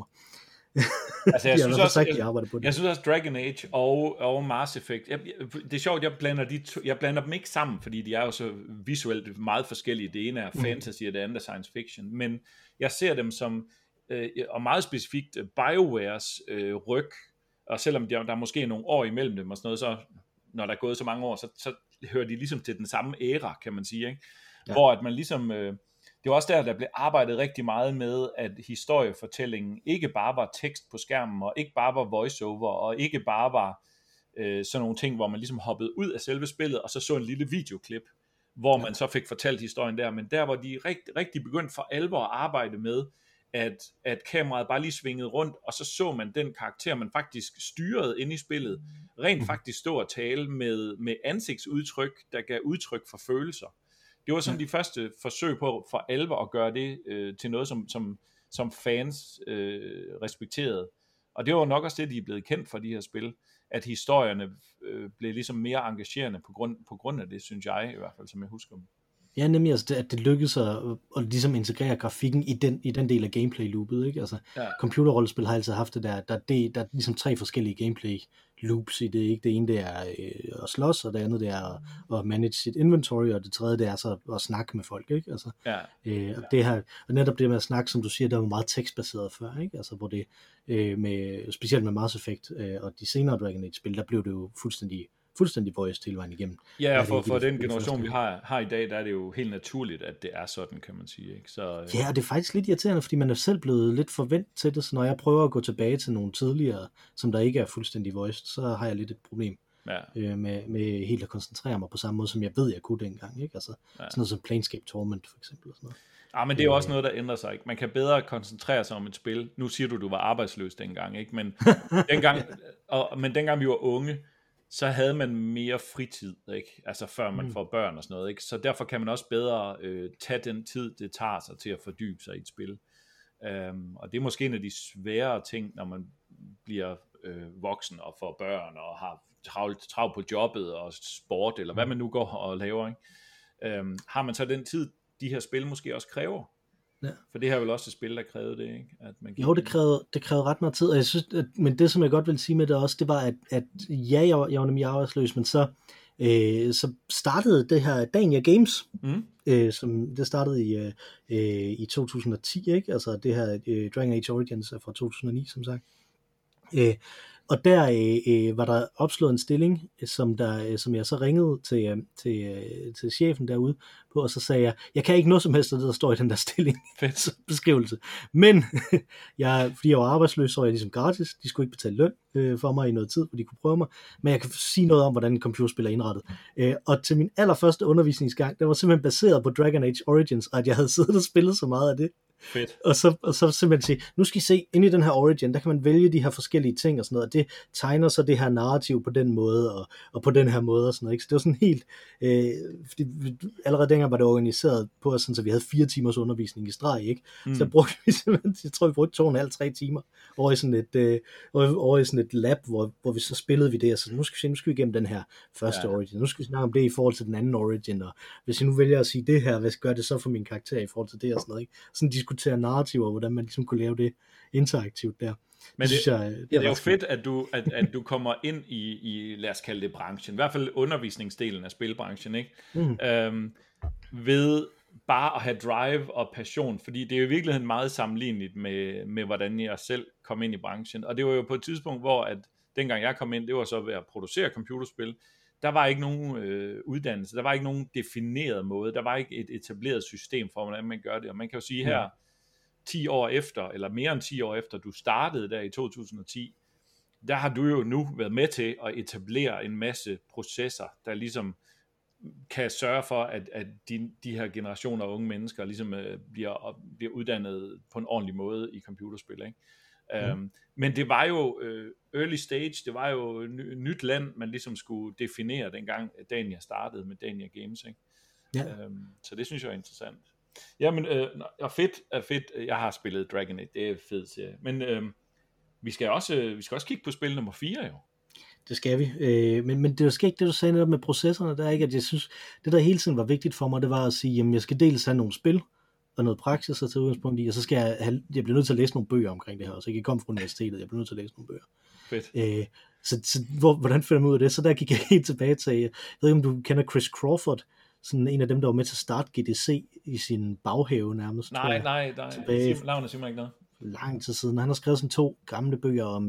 Altså, jeg, synes også, jeg, jeg synes også Dragon Age og, og Mass Effect, jeg, det er sjovt, jeg blander, de to, jeg blander dem ikke sammen, fordi de er jo så visuelt meget forskellige. Det ene er fantasy, mm. og det andet er science fiction, men jeg ser dem som, øh, og meget specifikt, BioWares øh, ryg, og selvom der, der er måske nogle år imellem dem og sådan noget, så når der er gået så mange år, så, så hører de ligesom til den samme æra, kan man sige, ikke? Ja. Hvor at man ligesom... Øh, det var også der, der blev arbejdet rigtig meget med, at historiefortællingen ikke bare var tekst på skærmen, og ikke bare var voiceover, og ikke bare var øh, sådan nogle ting, hvor man ligesom hoppede ud af selve spillet, og så så en lille videoklip, hvor man så fik fortalt historien der. Men der var de rigtig, rigtig begyndt for alvor at arbejde med, at, at kameraet bare lige svingede rundt, og så så man den karakter, man faktisk styrede inde i spillet, rent faktisk stå og tale med, med ansigtsudtryk, der gav udtryk for følelser. Det var sådan ja. de første forsøg på for alvor at gøre det øh, til noget, som, som, som fans øh, respekterede. Og det var nok også det, de er blevet kendt for, de her spil, at historierne øh, blev ligesom mere engagerende på grund, på grund af det, synes jeg i hvert fald, som jeg husker dem. Ja, nemlig altså, at det lykkedes at, at ligesom integrere grafikken i den, i den del af gameplay-loopet, ikke? Altså, ja. Computerrollespil har altid haft det der, der, det, der er ligesom tre forskellige gameplay-loops i det, ikke? Det ene, det er øh, at slås, og det andet, det er at, at manage sit inventory, og det tredje, det er så at snakke med folk, ikke? Altså, ja. øh, og, det her, og netop det med at snakke, som du siger, der var meget tekstbaseret før, ikke? Altså, hvor det, øh, med, specielt med Mass Effect øh, og de senere Dragon Age-spil, der blev det jo fuldstændig fuldstændig voiced hele vejen igennem. Ja, og for, for den generation, vi har, har i dag, der er det jo helt naturligt, at det er sådan, kan man sige. Ikke? Så, øh... Ja, og det er faktisk lidt irriterende, fordi man er selv blevet lidt forvent til det, så når jeg prøver at gå tilbage til nogle tidligere, som der ikke er fuldstændig voiced, så har jeg lidt et problem ja. øh, med, med helt at koncentrere mig på samme måde, som jeg ved, jeg kunne dengang. Ikke? Altså, ja. Sådan noget som Planescape Torment, for eksempel. Og sådan noget. Ja, men det er jo også noget, der ændrer sig. Ikke? Man kan bedre koncentrere sig om et spil. Nu siger du, du var arbejdsløs dengang, ikke? Men, dengang, og, men dengang vi var unge, så havde man mere fritid, ikke? Altså før man mm. får børn og sådan noget, ikke? Så derfor kan man også bedre øh, tage den tid, det tager sig til at fordybe sig i et spil. Um, og det er måske en af de svære ting, når man bliver øh, voksen og får børn og har travlt trav på jobbet og sport, eller hvad man nu går og laver, ikke? Um, har man så den tid, de her spil måske også kræver? Ja. For det her er vel også et spil, der krævede det, ikke? At man jo, det krævede, det krævede ret meget tid, og jeg synes, at, men det som jeg godt vil sige med det også, det var, at, at ja, jeg var, jeg var nemlig arbejdsløs, men så, øh, så startede det her Dania Games, mm. øh, som det startede i, øh, i to tusind og ti, ikke? Altså det her øh, Dragon Age Origins fra to tusind og ni, som sagt. Øh, og der øh, var der opslået en stilling, som, der, som jeg så ringede til, til, til chefen derude på, og så sagde jeg, jeg kan ikke noget som helst af det, der står i den der stilling beskrivelse. Men jeg, fordi jeg var arbejdsløs, så var jeg ligesom gratis. De skulle ikke betale løn øh, for mig i noget tid, hvor de kunne prøve mig. Men jeg kan sige noget om, hvordan en computerspil er indrettet. Øh, og til min allerførste undervisningsgang, det var simpelthen baseret på Dragon Age Origins, og at jeg havde siddet og spillet så meget af det. Fedt. Og så, og så simpelthen sige, nu skal I se, inde i den her Origin, der kan man vælge de her forskellige ting og sådan noget, og det tegner så det her narrativ på den måde, og, og på den her måde og sådan noget, ikke? Så det var sådan helt, øh, fordi allerede dengang var det organiseret på, sådan, så vi havde fire timers undervisning i streg, ikke? Mm. Så der brugte vi simpelthen, jeg tror vi brugte to og en halv, tre timer, over i sådan et, øh, over i sådan et lab, hvor, hvor vi så spillede vi det, og så nu skal vi se, nu skal vi igennem den her første ja. Origin, nu skal vi snakke om det i forhold til den anden Origin, og hvis jeg nu vælger at sige det her, hvad gør det så for min karakter i forhold til det og sådan noget, ikke? Sådan diskutere narrativer, hvordan man ligesom kunne lave det interaktivt der. Men det, det, jeg, det, det er jo fedt, at du, at, at du kommer ind i, i, lad os kalde det branchen, i hvert fald undervisningsdelen af spilbranchen, ikke? Mm. Øhm, ved bare at have drive og passion, fordi det er jo i virkeligheden meget sammenligneligt med, med hvordan jeg selv kom ind i branchen, og det var jo på et tidspunkt, hvor at dengang jeg kom ind, det var så ved at producere computerspil, der var ikke nogen øh, uddannelse, der var ikke nogen defineret måde, der var ikke et etableret system for, hvordan man gør det, og man kan jo sige her, ti år efter, eller mere end ti år efter, du startede der i to tusind og ti, der har du jo nu været med til at etablere en masse processer, der ligesom kan sørge for, at, at de, de her generationer af unge mennesker ligesom øh, bliver, bliver uddannet på en ordentlig måde i computerspil, ikke? Mm. Um, men det var jo øh, early stage, det var jo ny, nyt land, man ligesom skulle definere dengang Dania startede med Dania Games, ikke? Ja. Um, så det synes jeg er interessant. Jamen, øh, og fedt, er fedt, jeg har spillet Dragon Age, det er fedt serie, men øh, vi skal også vi skal også kigge på spil nummer fire jo. Det skal vi, øh, men, men det var skægt det du sagde netop med processerne, der er ikke, at jeg synes, det der hele tiden var vigtigt for mig, det var at sige, jamen jeg skal dels have nogle spil, og noget praksis at tage udgangspunkt i, og så skal jeg have, jeg bliver nødt til at læse nogle bøger omkring det her, så jeg kan komme fra universitetet, jeg bliver nødt til at læse nogle bøger. Fedt. Øh, så så hvor, hvordan finder man ud af det? Så der gik jeg helt tilbage til, jeg ved ikke om du kender Chris Crawford, sådan en af dem, der var med til at starte G D C i sin baghave nærmest. Nej, jeg, nej, nej, tilbage, lavner simpelthen ikke noget. Lang tid siden. Han har skrevet sådan to gamle bøger om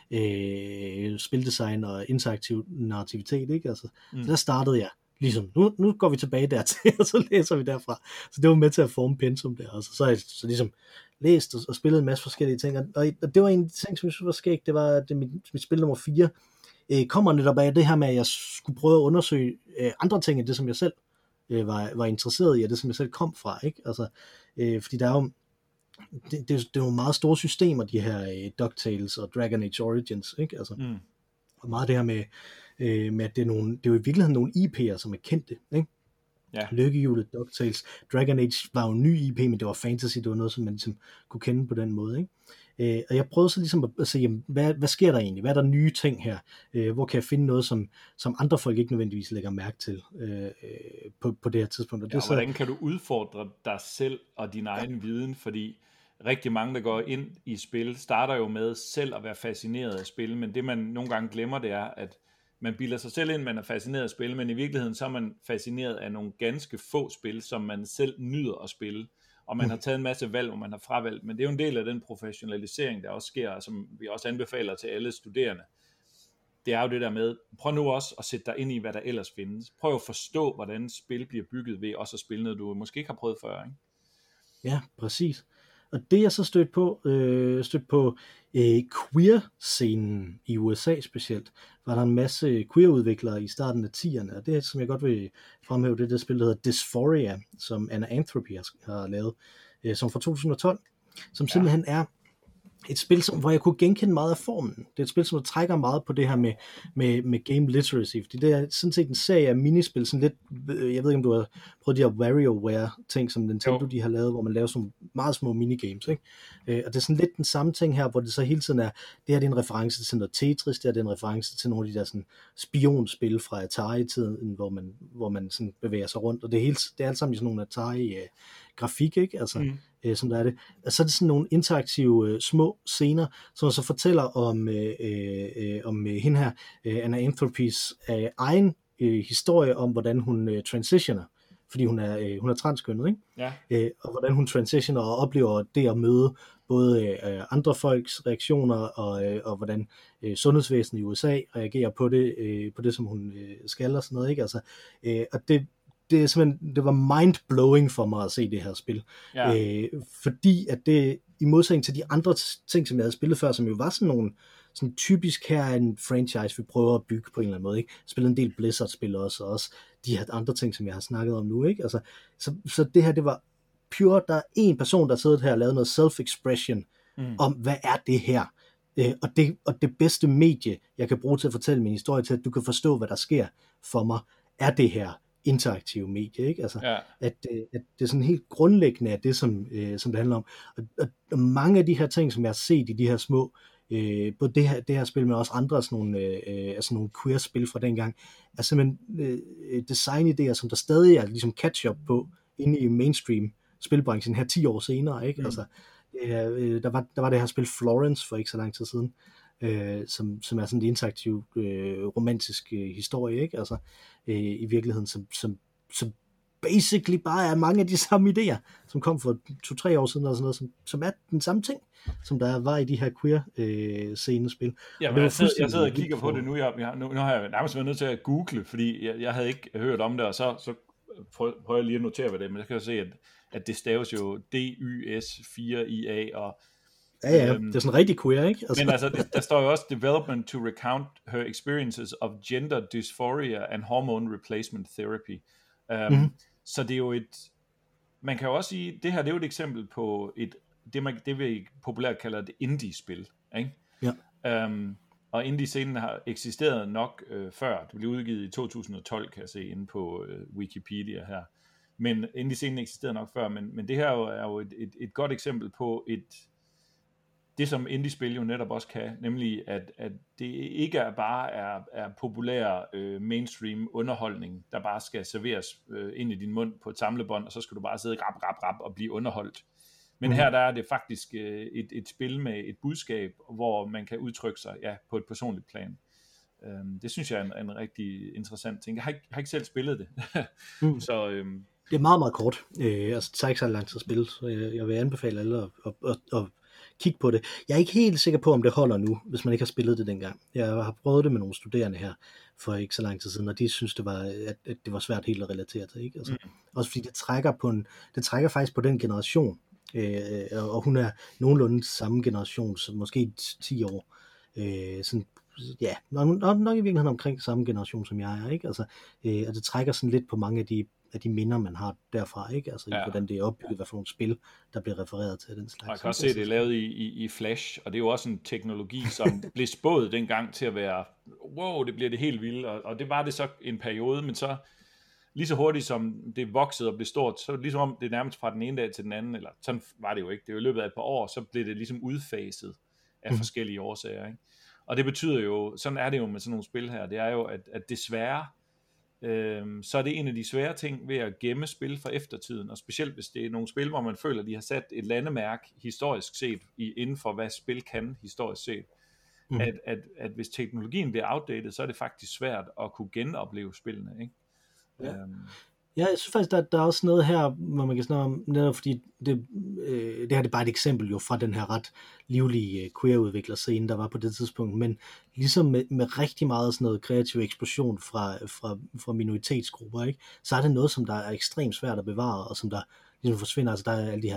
øh, spildesign og interaktiv narrativitet, ikke? Altså, mm. Så der startede jeg ligesom, nu, nu går vi tilbage dertil, og så læser vi derfra. Så det var med til at forme pensum der, og så, så har jeg så ligesom læst og, og spillet en masse forskellige ting, og, og det var en af de ting, som jeg synes var skægt, det var det, mit, mit spil nummer fire, øh, kommer netop af det her med, at jeg skulle prøve at undersøge øh, andre ting, end det som jeg selv øh, var, var interesseret i, og det som jeg selv kom fra, ikke? Altså, øh, fordi der er jo det, det, det er jo nogle meget store systemer, de her øh, DuckTales og Dragon Age Origins, ikke? Altså, mm. og meget det her med, øh, med at det er, nogle, det er jo i virkeligheden nogle I P'er, som er kendte, ikke? Ja. Lykkehjulet, DuckTales, Dragon Age var jo en ny I P, men det var fantasy, det var noget, som man ligesom kunne kende på den måde, ikke? Øh, og jeg prøvede så ligesom at, at se, jamen, hvad, hvad sker der egentlig? Hvad er der nye ting her? Øh, hvor kan jeg finde noget, som, som andre folk ikke nødvendigvis lægger mærke til øh, på, på det her tidspunkt? Og ja, det, så... hvordan kan du udfordre dig selv og din egen ja. viden? Fordi rigtig mange, der går ind i spil, starter jo med selv at være fascineret af spil, men det man nogle gange glemmer, det er, at man bilder sig selv ind, man er fascineret af spil, men i virkeligheden så er man fascineret af nogle ganske få spil, som man selv nyder at spille. Og man har taget en masse valg, hvor man har fravalgt, men det er jo en del af den professionalisering, der også sker, som vi også anbefaler til alle studerende. Det er jo det der med, prøv nu også at sætte dig ind i, hvad der ellers findes. Prøv at forstå, hvordan spil bliver bygget ved også at spille noget, du måske ikke har prøvet før, ikke? Ja, præcis. Og det jeg så stødt på, øh, stødt på øh, queer-scenen i U S A specielt, var der en masse queer-udviklere i starten af tierne, og det som jeg godt vil fremhæve, det er det spil, der hedder Dysphoria, som Anna Anthropy har, har lavet, øh, som fra to tusind og tolv, som simpelthen er et spil, som, hvor jeg kunne genkende meget af formen. Det er et spil, som trækker meget på det her med, med, med game literacy, fordi det er sådan set en serie af minispil, sådan lidt, jeg ved ikke, om du har prøvet de her WarioWare-ting, som Nintendo de har lavet, hvor man laver sådan meget små minigames, ikke? Øh, og det er sådan lidt den samme ting her, hvor det så hele tiden er, det her det er en reference til noget Tetris, det her det er en reference til nogle af de der sådan spionspil fra Atari-tiden, hvor man, hvor man sådan bevæger sig rundt, og det er, hele, det er alt sammen i sådan nogle Atari-grafik, ikke? Altså, mm. øh, som der er det. Og så er det sådan nogle interaktive øh, små scener, som så fortæller om, øh, øh, om øh, hende her, øh, Anna Anthropys øh, egen øh, historie om, hvordan hun øh, transitioner, fordi hun er, øh, hun er transkønnet, ikke? Ja. Øh, og hvordan hun transitioner og oplever det at møde både øh, andre folks reaktioner og, øh, og hvordan øh, sundhedsvæsenet i U S A reagerer på det, øh, på det som hun øh, skal og sådan noget, ikke? Altså, øh, og det det er simpelthen, det var mind-blowing for mig at se det her spil. Ja. Øh, fordi at det, i modsætning til de andre ting, som jeg havde spillet før, som jo var sådan nogle, sådan typisk her er en franchise, vi prøver at bygge på en eller anden måde, ikke? Spillet en del Blizzard-spil også, og også de her andre ting, som jeg har snakket om nu, ikke? Altså, så, så det her, det var pure, der er en person, der sidder her og lavet noget self-expression mm. om, hvad er det her? Øh, og, det, og det bedste medie, jeg kan bruge til at fortælle min historie til, at du kan forstå, hvad der sker for mig, er det her interaktive medie, ikke? Altså, ja. at, at det er sådan helt grundlæggende af det, som, øh, som det handler om. Og, og, og mange af de her ting, som jeg har set i de her små, øh, både det her, det her spil, men også andre sådan nogle, øh, altså nogle queer-spil fra dengang, er simpelthen øh, design-idéer, som der stadig er ligesom catch-up på inde i mainstream spilbranchen her ti år senere, ikke? Mm. Altså, øh, der, var, der var det her spil Florence for ikke så lang tid siden, Øh, som, som er sådan en interaktiv øh, romantisk øh, historie, ikke? Altså øh, i virkeligheden, som, som, som basically bare er mange af de samme idéer, som kom for to-tre år siden, og sådan noget, som, som er den samme ting, som der var i de her queer øh, scenespil. Ja, men jeg, sidder, jeg sidder og kigger på det nu, jeg, jeg, nu, nu har jeg nærmest været nødt til at google, fordi jeg, jeg havde ikke hørt om det, og så, så prøver jeg lige at notere hvad det er, men jeg kan jo se, at, at det staves jo D Y S fire I A, og Ja, ja, det er sådan rigtig queer, ikke? Altså. Men altså, der står jo også development to recount her experiences of gender dysphoria and hormone replacement therapy. Um, mm-hmm. Så det er jo et, man kan jo også sige, det her det er jo et eksempel på et, det, man, det vi populært kalder et indie-spil, ikke? Ja. Um, og indie-scenen har eksisteret nok øh, før. Det blev udgivet i to tusind og tolv, kan jeg se, inde på øh, Wikipedia her. Men indie-scenen eksisterede nok før, men, men det her er jo, er jo et, et, et godt eksempel på et det som indie-spil jo netop også kan, nemlig at, at det ikke er bare er, er populær øh, mainstream underholdning, der bare skal serveres øh, ind i din mund på et samlebånd, og så skal du bare sidde rap, rap, rap og blive underholdt. Men mm. her der er det faktisk øh, et, et spil med et budskab, hvor man kan udtrykke sig ja, på et personligt plan. Um, det synes jeg er en, en rigtig interessant ting. Jeg har ikke, jeg har ikke selv spillet det. mm. så, øhm, det er meget, meget kort. Øh, altså, det tager ikke så lang tid at spille, så jeg, jeg vil anbefale alle at, at, at, at kigge på det. Jeg er ikke helt sikker på, om det holder nu, hvis man ikke har spillet det dengang. Jeg har prøvet det med nogle studerende her for ikke så lang tid siden, og de synes, det var, at, at det var svært helt at relatere til. Ikke? Altså, mm. Også fordi det trækker, på en, det trækker faktisk på den generation, øh, og hun er nogenlunde samme generation, så måske ti år. Øh, sådan, ja, nok, nok i virkeligheden omkring samme generation, som jeg er. Ikke? Altså, øh, og det trækker sådan lidt på mange af de af de minder, man har derfra, ikke? Altså, ja. Hvordan det er opbygget, hvad for nogle spil, der bliver refereret til den slags. Og jeg kan også se, det er lavet i, i, i Flash, og det er jo også en teknologi, som blev spået dengang til at være, wow, det bliver det helt vildt, og, og det var det så en periode, men så lige så hurtigt som det voksede og blev stort, så ligesom om det nærmest fra den ene dag til den anden, eller sådan var det jo ikke, det var i løbet af et par år, så blev det ligesom udfaset af mm. forskellige årsager, ikke? Og det betyder jo, sådan er det jo med sådan nogle spil her, det er jo, at, at desværre, Øhm, så er det en af de svære ting ved at gemme spil for eftertiden, og specielt hvis det er nogle spil, hvor man føler, at de har sat et landemærke historisk set, i, inden for hvad spil kan historisk set, mm. at, at, at hvis teknologien bliver outdated, så er det faktisk svært at kunne genopleve spillene, ikke? Ja. Øhm. Ja, jeg synes faktisk, der, der er også noget her, hvor man kan snakke om, netop fordi det, øh, det her det er bare et eksempel jo fra den her ret livlige queer-udviklerscene, der var på det tidspunkt, men ligesom med, med rigtig meget sådan noget kreativ eksplosion fra, fra, fra minoritetsgrupper, ikke? Så er det noget, som der er ekstremt svært at bevare, og som der ligesom forsvinder. Altså der er alle de her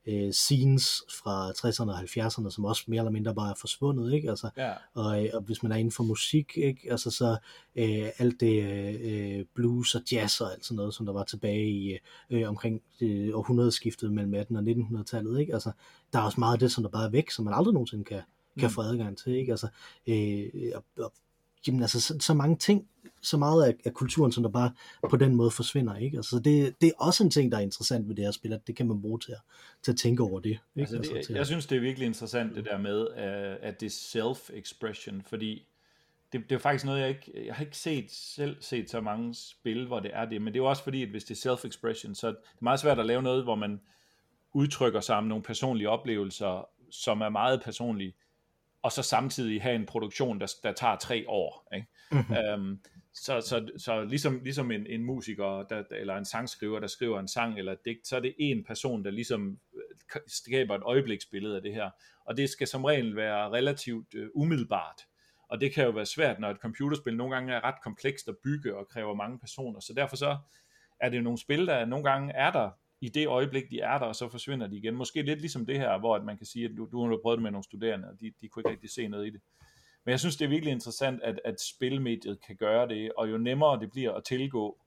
øh, scenes fra tresserne og halvfjerdserne, som også mere eller mindre bare er forsvundet, ikke? Altså, Ja. og, og hvis man er inden for musik, ikke? Altså så øh, alt det øh, blues og jazz og alt sådan noget, som der var tilbage i øh, omkring øh, århundredeskiftet mellem atten og nittenhundredetallet, ikke? Altså, der er også meget af det, som der bare er væk, som man aldrig nogensinde kan, kan mm. få adgang til, ikke? Altså, øh, og, og, jamen, altså så, så mange ting, så meget af, af kulturen, som der bare på den måde forsvinder, ikke? Altså, så det, det er også en ting, der er interessant ved det her spil, at det kan man bruge til at, til at tænke over det, ikke? Altså det altså, til jeg at... synes, det er virkelig interessant, det der med, at det self-expression, fordi det, det er faktisk noget, jeg ikke, jeg har ikke set, selv set så mange spil, hvor det er det, men det er jo også fordi, at hvis det er self-expression, så er det meget svært at lave noget, hvor man udtrykker sig om nogle personlige oplevelser, som er meget personlige, og så samtidig have en produktion, der, der tager tre år, ikke? Mm-hmm. Um, så, så, så ligesom, ligesom en, en musiker, der, eller en sangskriver, der skriver en sang eller et digt, så er det en person, der ligesom skaber et øjebliksbillede af det her, og det skal som regel være relativt uh, umiddelbart, og det kan jo være svært, når et computerspil nogle gange er ret komplekst at bygge, og kræver mange personer, så derfor så er det jo nogle spil, der nogle gange er der, i det øjeblik, de er der, og så forsvinder de igen. Måske lidt ligesom det her, hvor man kan sige, at du, du har prøvet det med nogle studerende, og de, de kunne ikke rigtig se noget i det. Men jeg synes, det er virkelig interessant, at, at spilmediet kan gøre det, og jo nemmere det bliver at tilgå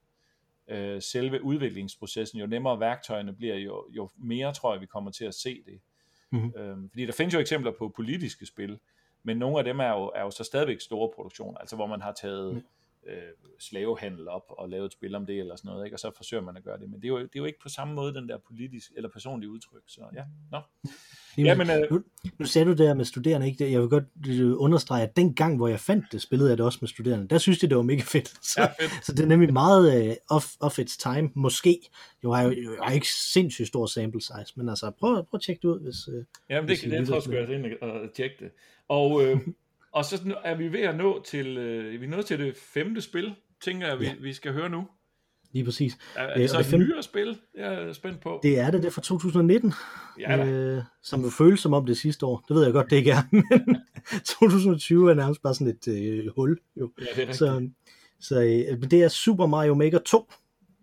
øh, selve udviklingsprocessen, jo nemmere værktøjerne bliver, jo, jo mere tror jeg, vi kommer til at se det. Mm-hmm. Øhm, fordi der findes jo eksempler på politiske spil, men nogle af dem er jo, er jo så stadigvæk store produktioner, altså hvor man har taget... Mm. Øh, slavehandel op og lavet et spil om det eller sådan noget, ikke? Og så forsøger man at gøre det, men det er jo, det er jo ikke på samme måde den der politisk eller personlige udtryk, så ja, nå. Ja, men, øh... nu, nu sagde du der med studerende, ikke? Jeg vil godt understrege, at den gang, hvor jeg fandt det, spillede jeg det også med studerende, der synes jeg, det var mega fedt, så, ja, fedt. Så det er nemlig meget uh, off, off its time, måske. Jeg har jo jeg har ikke sindssygt stor sample size, men altså, prøv, prøv at tjekke det ud, hvis... Uh, Jamen, det, det, det tror jeg sgu, jeg ind og tjekke det. Og øh, Og så er vi ved at nå til, øh, vi er nået til det femte spil, tænker jeg, vi, ja. vi skal høre nu. Lige præcis. Er, er det så et fem... nyere spil, jeg er spændt på? Det er det, det er fra to tusind nitten, ja, øh, som vil føles som om det sidste år. Det ved jeg godt, det ikke er, men to tusind tyve er nærmest bare sådan et øh, hul. Jo. Ja, det er så så øh, det er Super Mario Maker to.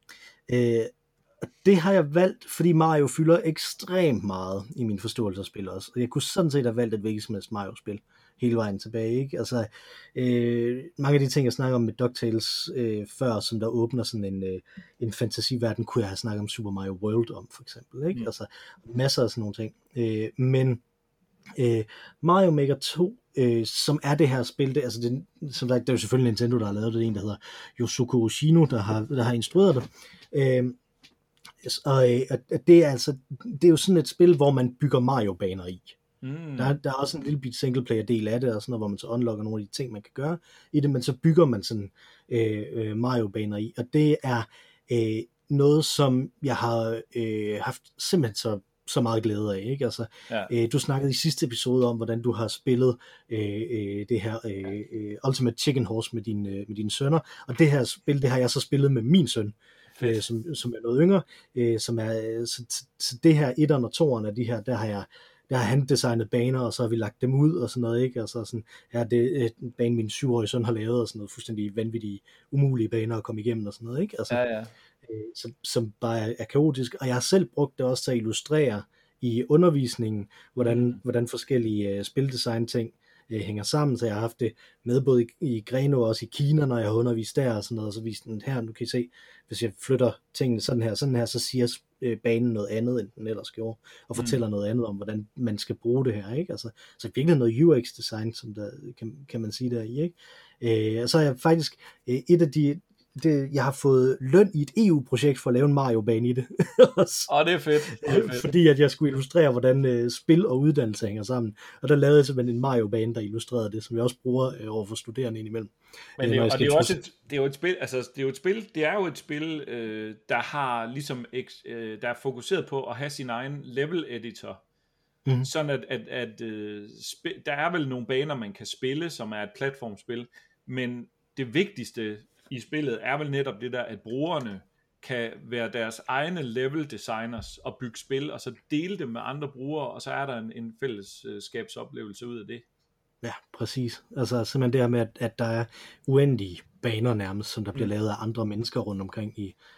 Øh, det har jeg valgt, fordi Mario fylder ekstremt meget i min forståelse af spil også. Og jeg kunne sådan set have valgt et hvilket som helst Mario-spil hele vejen tilbage, ikke? Altså, øh, mange af de ting, jeg snakker om med DuckTales øh, før, som der åbner sådan en, øh, en fantasiverden, kunne jeg have snakket om Super Mario World om, for eksempel, ikke? Mm. Altså, masser af sådan nogle ting. Øh, men øh, Mario Maker to, øh, som er det her spil, det, altså det, som der, det er jo selvfølgelig Nintendo, der har lavet det, en, der hedder Yosuke Ushino, der har, der har instrueret det. Øh, og øh, det er altså, det er jo sådan et spil, hvor man bygger Mario-baner i. Mm. Der, der er også en lille bit singleplayer del af det, og sådan noget, hvor man så unlocker nogle af de ting, man kan gøre i det, men så bygger man sådan øh, Mario-baner i, og det er øh, noget, som jeg har øh, haft simpelthen så, så meget glæde af, ikke? Altså, ja. øh, du snakkede i sidste episode om, hvordan du har spillet øh, øh, det her øh, Ultimate Chicken Horse med, din, øh, med dine sønner, og det her spil, det har jeg så spillet med min søn, øh, som, som er noget yngre, øh, som er, så, så, så det her etteren og toeren af de her, der har jeg der har han designet baner, og så har vi lagt dem ud, og sådan noget, ikke? Og så sådan, ja, det er en bane, min syvårige søn har lavet, og sådan noget fuldstændig vanvittige, umulige baner at komme igennem, og sådan noget, ikke? Altså, ja, ja. Øh, som, som bare er, er kaotisk, og jeg har selv brugt det også til at illustrere i undervisningen, hvordan, mm. hvordan forskellige uh, spildesign-ting uh, hænger sammen, så jeg har haft det med både i, i Grenaa og også i Kina, når jeg har undervist der, og sådan noget, og så viste den her, nu kan I se, hvis jeg flytter tingene sådan her, sådan her, så siger banen noget andet, end den ellers gjorde, og fortæller mm. noget andet om, hvordan man skal bruge det her, ikke? Altså, så virkelig noget U X-design, som der, kan, kan man sige der i, ikke? Øh, og så er jeg faktisk, øh, et af de, det, jeg har fået løn i et E U-projekt for at lave en Mario-bane i det. Åh, oh, det er fedt. Det er fedt. Fordi at jeg skulle illustrere, hvordan øh, spil og uddannelse hænger sammen. Og der lavede jeg simpelthen en Mario-bane, der illustrerede det, som jeg også bruger øh, over for studerende indimellem. Men det er, og det er jo også et, det er jo et spil, altså det er jo et spil, det er jo et spil, øh, der har ligesom, øh, der er fokuseret på at have sin egen level editor. Mm-hmm. Sådan at, at, at øh, spil, der er vel nogle baner, man kan spille, som er et platformspil, men det vigtigste i spillet er vel netop det der, at brugerne kan være deres egne level designers og bygge spil, og så dele dem med andre brugere, og så er der en, en fællesskabsoplevelse ud af det. Ja, præcis. Altså simpelthen det her med, at, at der er uendelige baner nærmest, som der bliver lavet af andre mennesker rundt omkring i,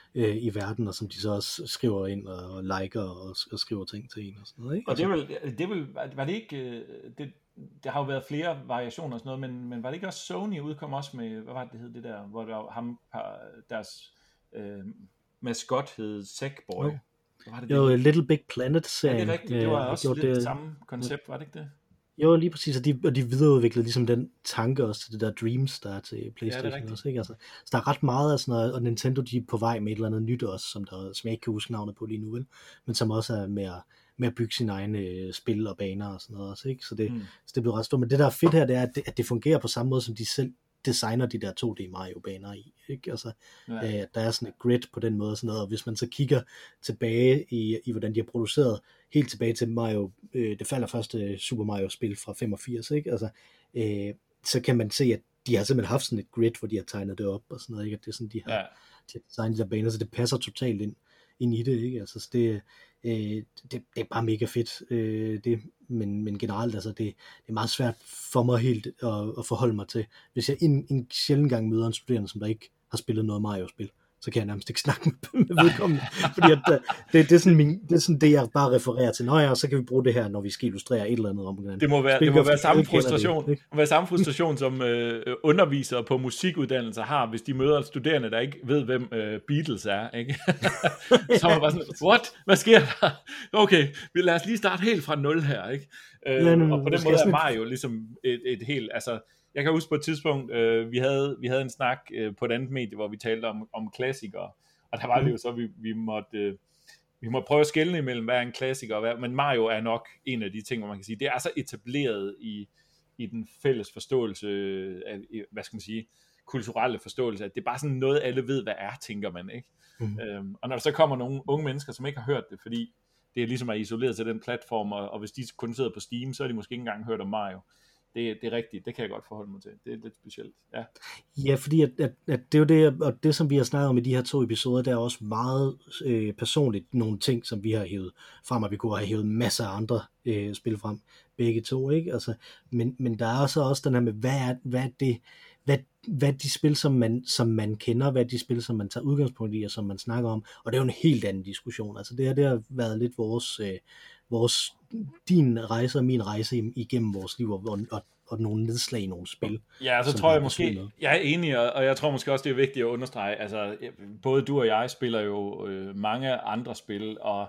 øh, i verden, og som de så også skriver ind og, og liker og, og skriver ting til en og sådan noget, ikke? Og det er vel, det er vel, var det ikke, øh, det, der har jo været flere variationer og sådan noget, men, men var det ikke også Sony udkom også med, hvad var det, det hed det der, hvor der var ham, deres øh, maskot hed Sackboy. Jo, var det, jo det? Little Big Planet-serien. Ja, det er rigtigt, det var øh, også lidt det, det samme koncept, var det ikke det? Jo, lige præcis, og de, og de videreudviklede ligesom den tanke også til det der Dreams, der er til PlayStation ja, også, ikke? Altså, så der er ret meget af sådan noget, og Nintendo, de er på vej med et eller andet nyt også, som, der, som jeg ikke kan huske navnet på lige nu, vel? Men som også er med at, med at bygge sine egne øh, spil og baner og sådan noget også, ikke? Så det, mm. så det bliver ret stort. Men det der er fedt her, det er, at det, at det fungerer på samme måde, som de selv designer de der to D Mario-baner i, ikke? Altså, ja. øh, der er sådan et grid på den måde, sådan noget, og hvis man så kigger tilbage i, i hvordan de har produceret, helt tilbage til Mario, øh, det falder første Super Mario-spil fra femogfirs, ikke? Altså, øh, så kan man se, at de har simpelthen haft sådan et grid, hvor de har tegnet det op, og sådan noget, ikke? At det er sådan, de har, ja. de har designet de der baner, så det passer totalt ind, ind i det, ikke? Altså, så det, øh, det, det er bare mega fedt, øh, det, men, men generelt, altså, det, det er meget svært for mig helt at, at forholde mig til, hvis jeg en, en sjældent gang møder en studerende, som der ikke har spillet noget Mario-spil, så kan jeg nærmest ikke snakke med, med vedkommende, fordi at, det, det, er sådan min, det er sådan det, jeg bare refererer til. Nå ja, så kan vi bruge det her, når vi skal illustrere et eller andet om det. Det må være, det må være samme frustration, det, være samme frustration, som øh, undervisere på musikuddannelser har, hvis de møder studerende, der ikke ved, hvem øh, Beatles er, ikke? Så er man bare sådan, what? Hvad sker der? Okay, vi lad os lige starte helt fra nul her, ikke? Øh, ja, nu, og på den måde er Mario ligesom et, et helt, altså, jeg kan huske på et tidspunkt, øh, vi, havde, vi havde en snak øh, på et andet medie, hvor vi talte om, om klassikere, og der var det jo så, vi, vi, måtte, øh, vi måtte prøve at skelne imellem, hvad er en klassiker, og hvad, men Mario er nok en af de ting, hvor man kan sige, det er så etableret i, i den fælles forståelse, af, hvad skal man sige, kulturelle forståelse, at det er bare sådan noget, alle ved, hvad er, tænker man, ikke? Mm-hmm. Øhm, og når der så kommer nogle unge mennesker, som ikke har hørt det, fordi det er ligesom er isoleret til den platform, og, og hvis de kun sidder på Steam, så har de måske ikke engang hørt om Mario. Det, det er rigtigt, det kan jeg godt forholde mig til. Det er lidt specielt, ja. Ja, fordi at, at, at det er jo det, og det som vi har snakket om i de her to episoder, der er også meget øh, personligt nogle ting, som vi har hævet frem, og vi kunne have hævet masser af andre øh, spil frem, begge to, ikke? Altså, men, men der er også, også den her med, hvad er, hvad er det, hvad, hvad er de spil, som man, som man kender, hvad er de spil, som man tager udgangspunkt i, og som man snakker om, og det er jo en helt anden diskussion. Altså det her, det har været lidt vores, øh, vores din rejse og min rejse igennem vores liv, og, og, og nogle nedslag i nogle spil. Ja, så tror jeg måske, jeg er enig, og jeg tror måske også, det er vigtigt at understrege, altså både du og jeg spiller jo øh, mange andre spil, og,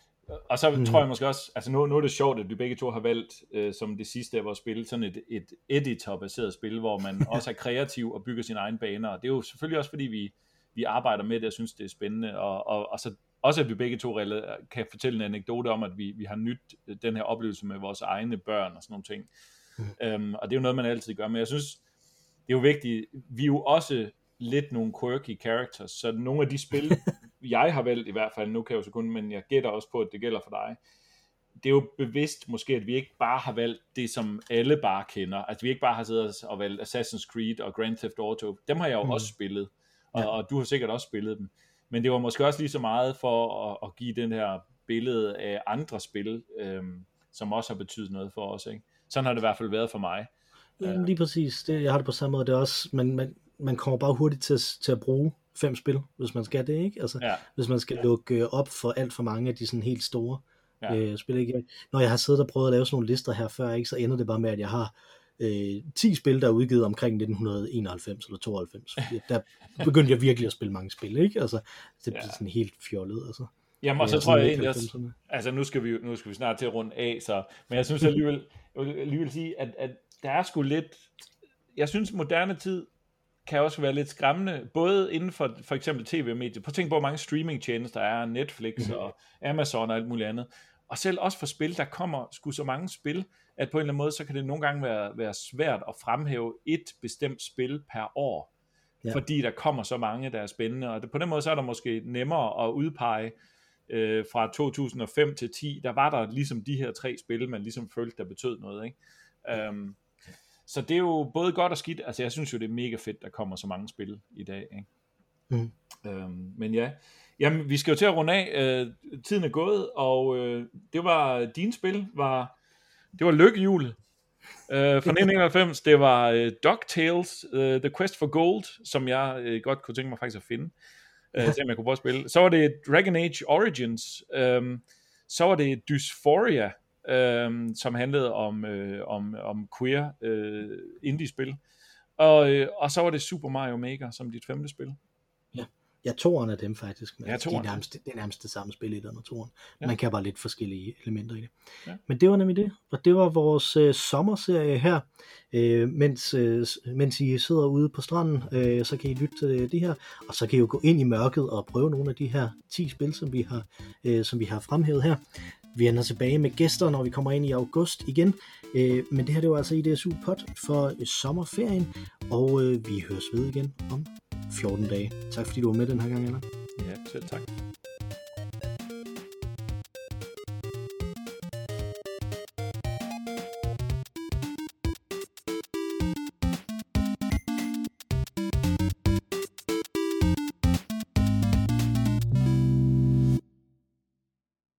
og så mm. tror jeg måske også, altså nu, nu er det sjovt, at vi begge to har valgt øh, som det sidste af vores spil, sådan et, et editor-baseret spil, hvor man også er kreativ og bygger sine egne baner, og det er jo selvfølgelig også, fordi vi, vi arbejder med det, og synes, det er spændende, og, og, og så også at vi begge to kan fortælle en anekdote om, at vi, vi har nyt den her oplevelse med vores egne børn og sådan nogle ting. Mm. Um, og det er jo noget, man altid gør. Men jeg synes, det er jo vigtigt, vi er jo også lidt nogle quirky characters, så nogle af de spil, jeg har valgt i hvert fald, nu kan jeg jo så kun, men jeg gætter også på, at det gælder for dig, det er jo bevidst måske, at vi ikke bare har valgt det, som alle bare kender. Altså vi ikke bare har siddet og valgt Assassin's Creed og Grand Theft Auto. Dem har jeg jo mm. også spillet, og, ja. og du har sikkert også spillet dem. Men det var måske også lige så meget for at, at give den her billede af andre spil, øhm, som også har betydet noget for os, ikke? Sådan har det i hvert fald været for mig. Jamen, lige præcis. Det, jeg har det på samme måde. Det er også, man, man, man kommer bare hurtigt til, til at bruge fem spil, hvis man skal det, ikke? Altså, ja. Hvis man skal lukke op for alt for mange af de sådan helt store ja. øh, spil, ikke? Når jeg har siddet og prøvet at lave sådan nogle lister her før, ikke, så ender det bare med, at jeg har øh, ti spil, der er udgivet omkring nitten enoghalvfems eller tooghalvfems. Der begyndte jeg virkelig at spille mange spil, ikke? Altså, det bliver ja. sådan helt fjollet, altså. Jamen, og så tror jeg egentlig også, altså nu skal, vi, nu skal vi snart til at runde af, så, men jeg synes alligevel, jeg vil alligevel sige, at, at der er sgu lidt, jeg synes moderne tid kan også være lidt skræmmende, både inden for for eksempel tv-medier. Prøv at tænke på, hvor mange streamingtjenester der er, Netflix mm-hmm. og Amazon og alt muligt andet. Og selv også for spil, der kommer sgu så mange spil, at på en eller anden måde, så kan det nogle gange være, være svært at fremhæve et bestemt spil per år. Ja. Fordi der kommer så mange, der er spændende. Og på den måde, så er der måske nemmere at udpege øh, fra to tusind og fem til ti, der var der ligesom de her tre spil, man ligesom følte, der betød noget, ikke? Ja. Um, så det er jo både godt og skidt. Altså jeg synes jo, det er mega fedt, der kommer så mange spil i dag, ikke? Mm. Um, men ja, jamen vi skal jo til at runde af. Uh, tiden er gået, og uh, det var din spil, var det var Lykkehjulet uh, fra nitten enoghalvfems. Det var uh, DuckTales, uh, The Quest for Gold, som jeg uh, godt kunne tænke mig faktisk at finde. øh, se om jeg kunne prøve at spille. Så var det Dragon Age Origins, øhm, så var det Dysphoria, øhm, som handlede om, øh, om, om queer øh, indie-spil, og, øh, og så var det Super Mario Maker som dit femte spil. Ja. Ja, toeren af dem faktisk, men ja, det, er nærmest, det er nærmest det samme spil i den og toeren. Ja. Man kan bare lidt forskellige elementer i det. Ja. Men det var nemlig det, og det var vores øh, sommerserie her. Øh, mens, øh, mens I sidder ude på stranden, øh, så kan I lytte til det her, og så kan I jo gå ind i mørket og prøve nogle af de her ti spil, som vi har, øh, som vi har fremhævet her. Vi ender tilbage med gæster, når vi kommer ind i august igen. Øh, men det her, det var altså I D S U-pod for øh, sommerferien, og øh, vi høres ved igen om fjorten dage. Tak fordi du var med den her gang, Allan. Ja, selv tak.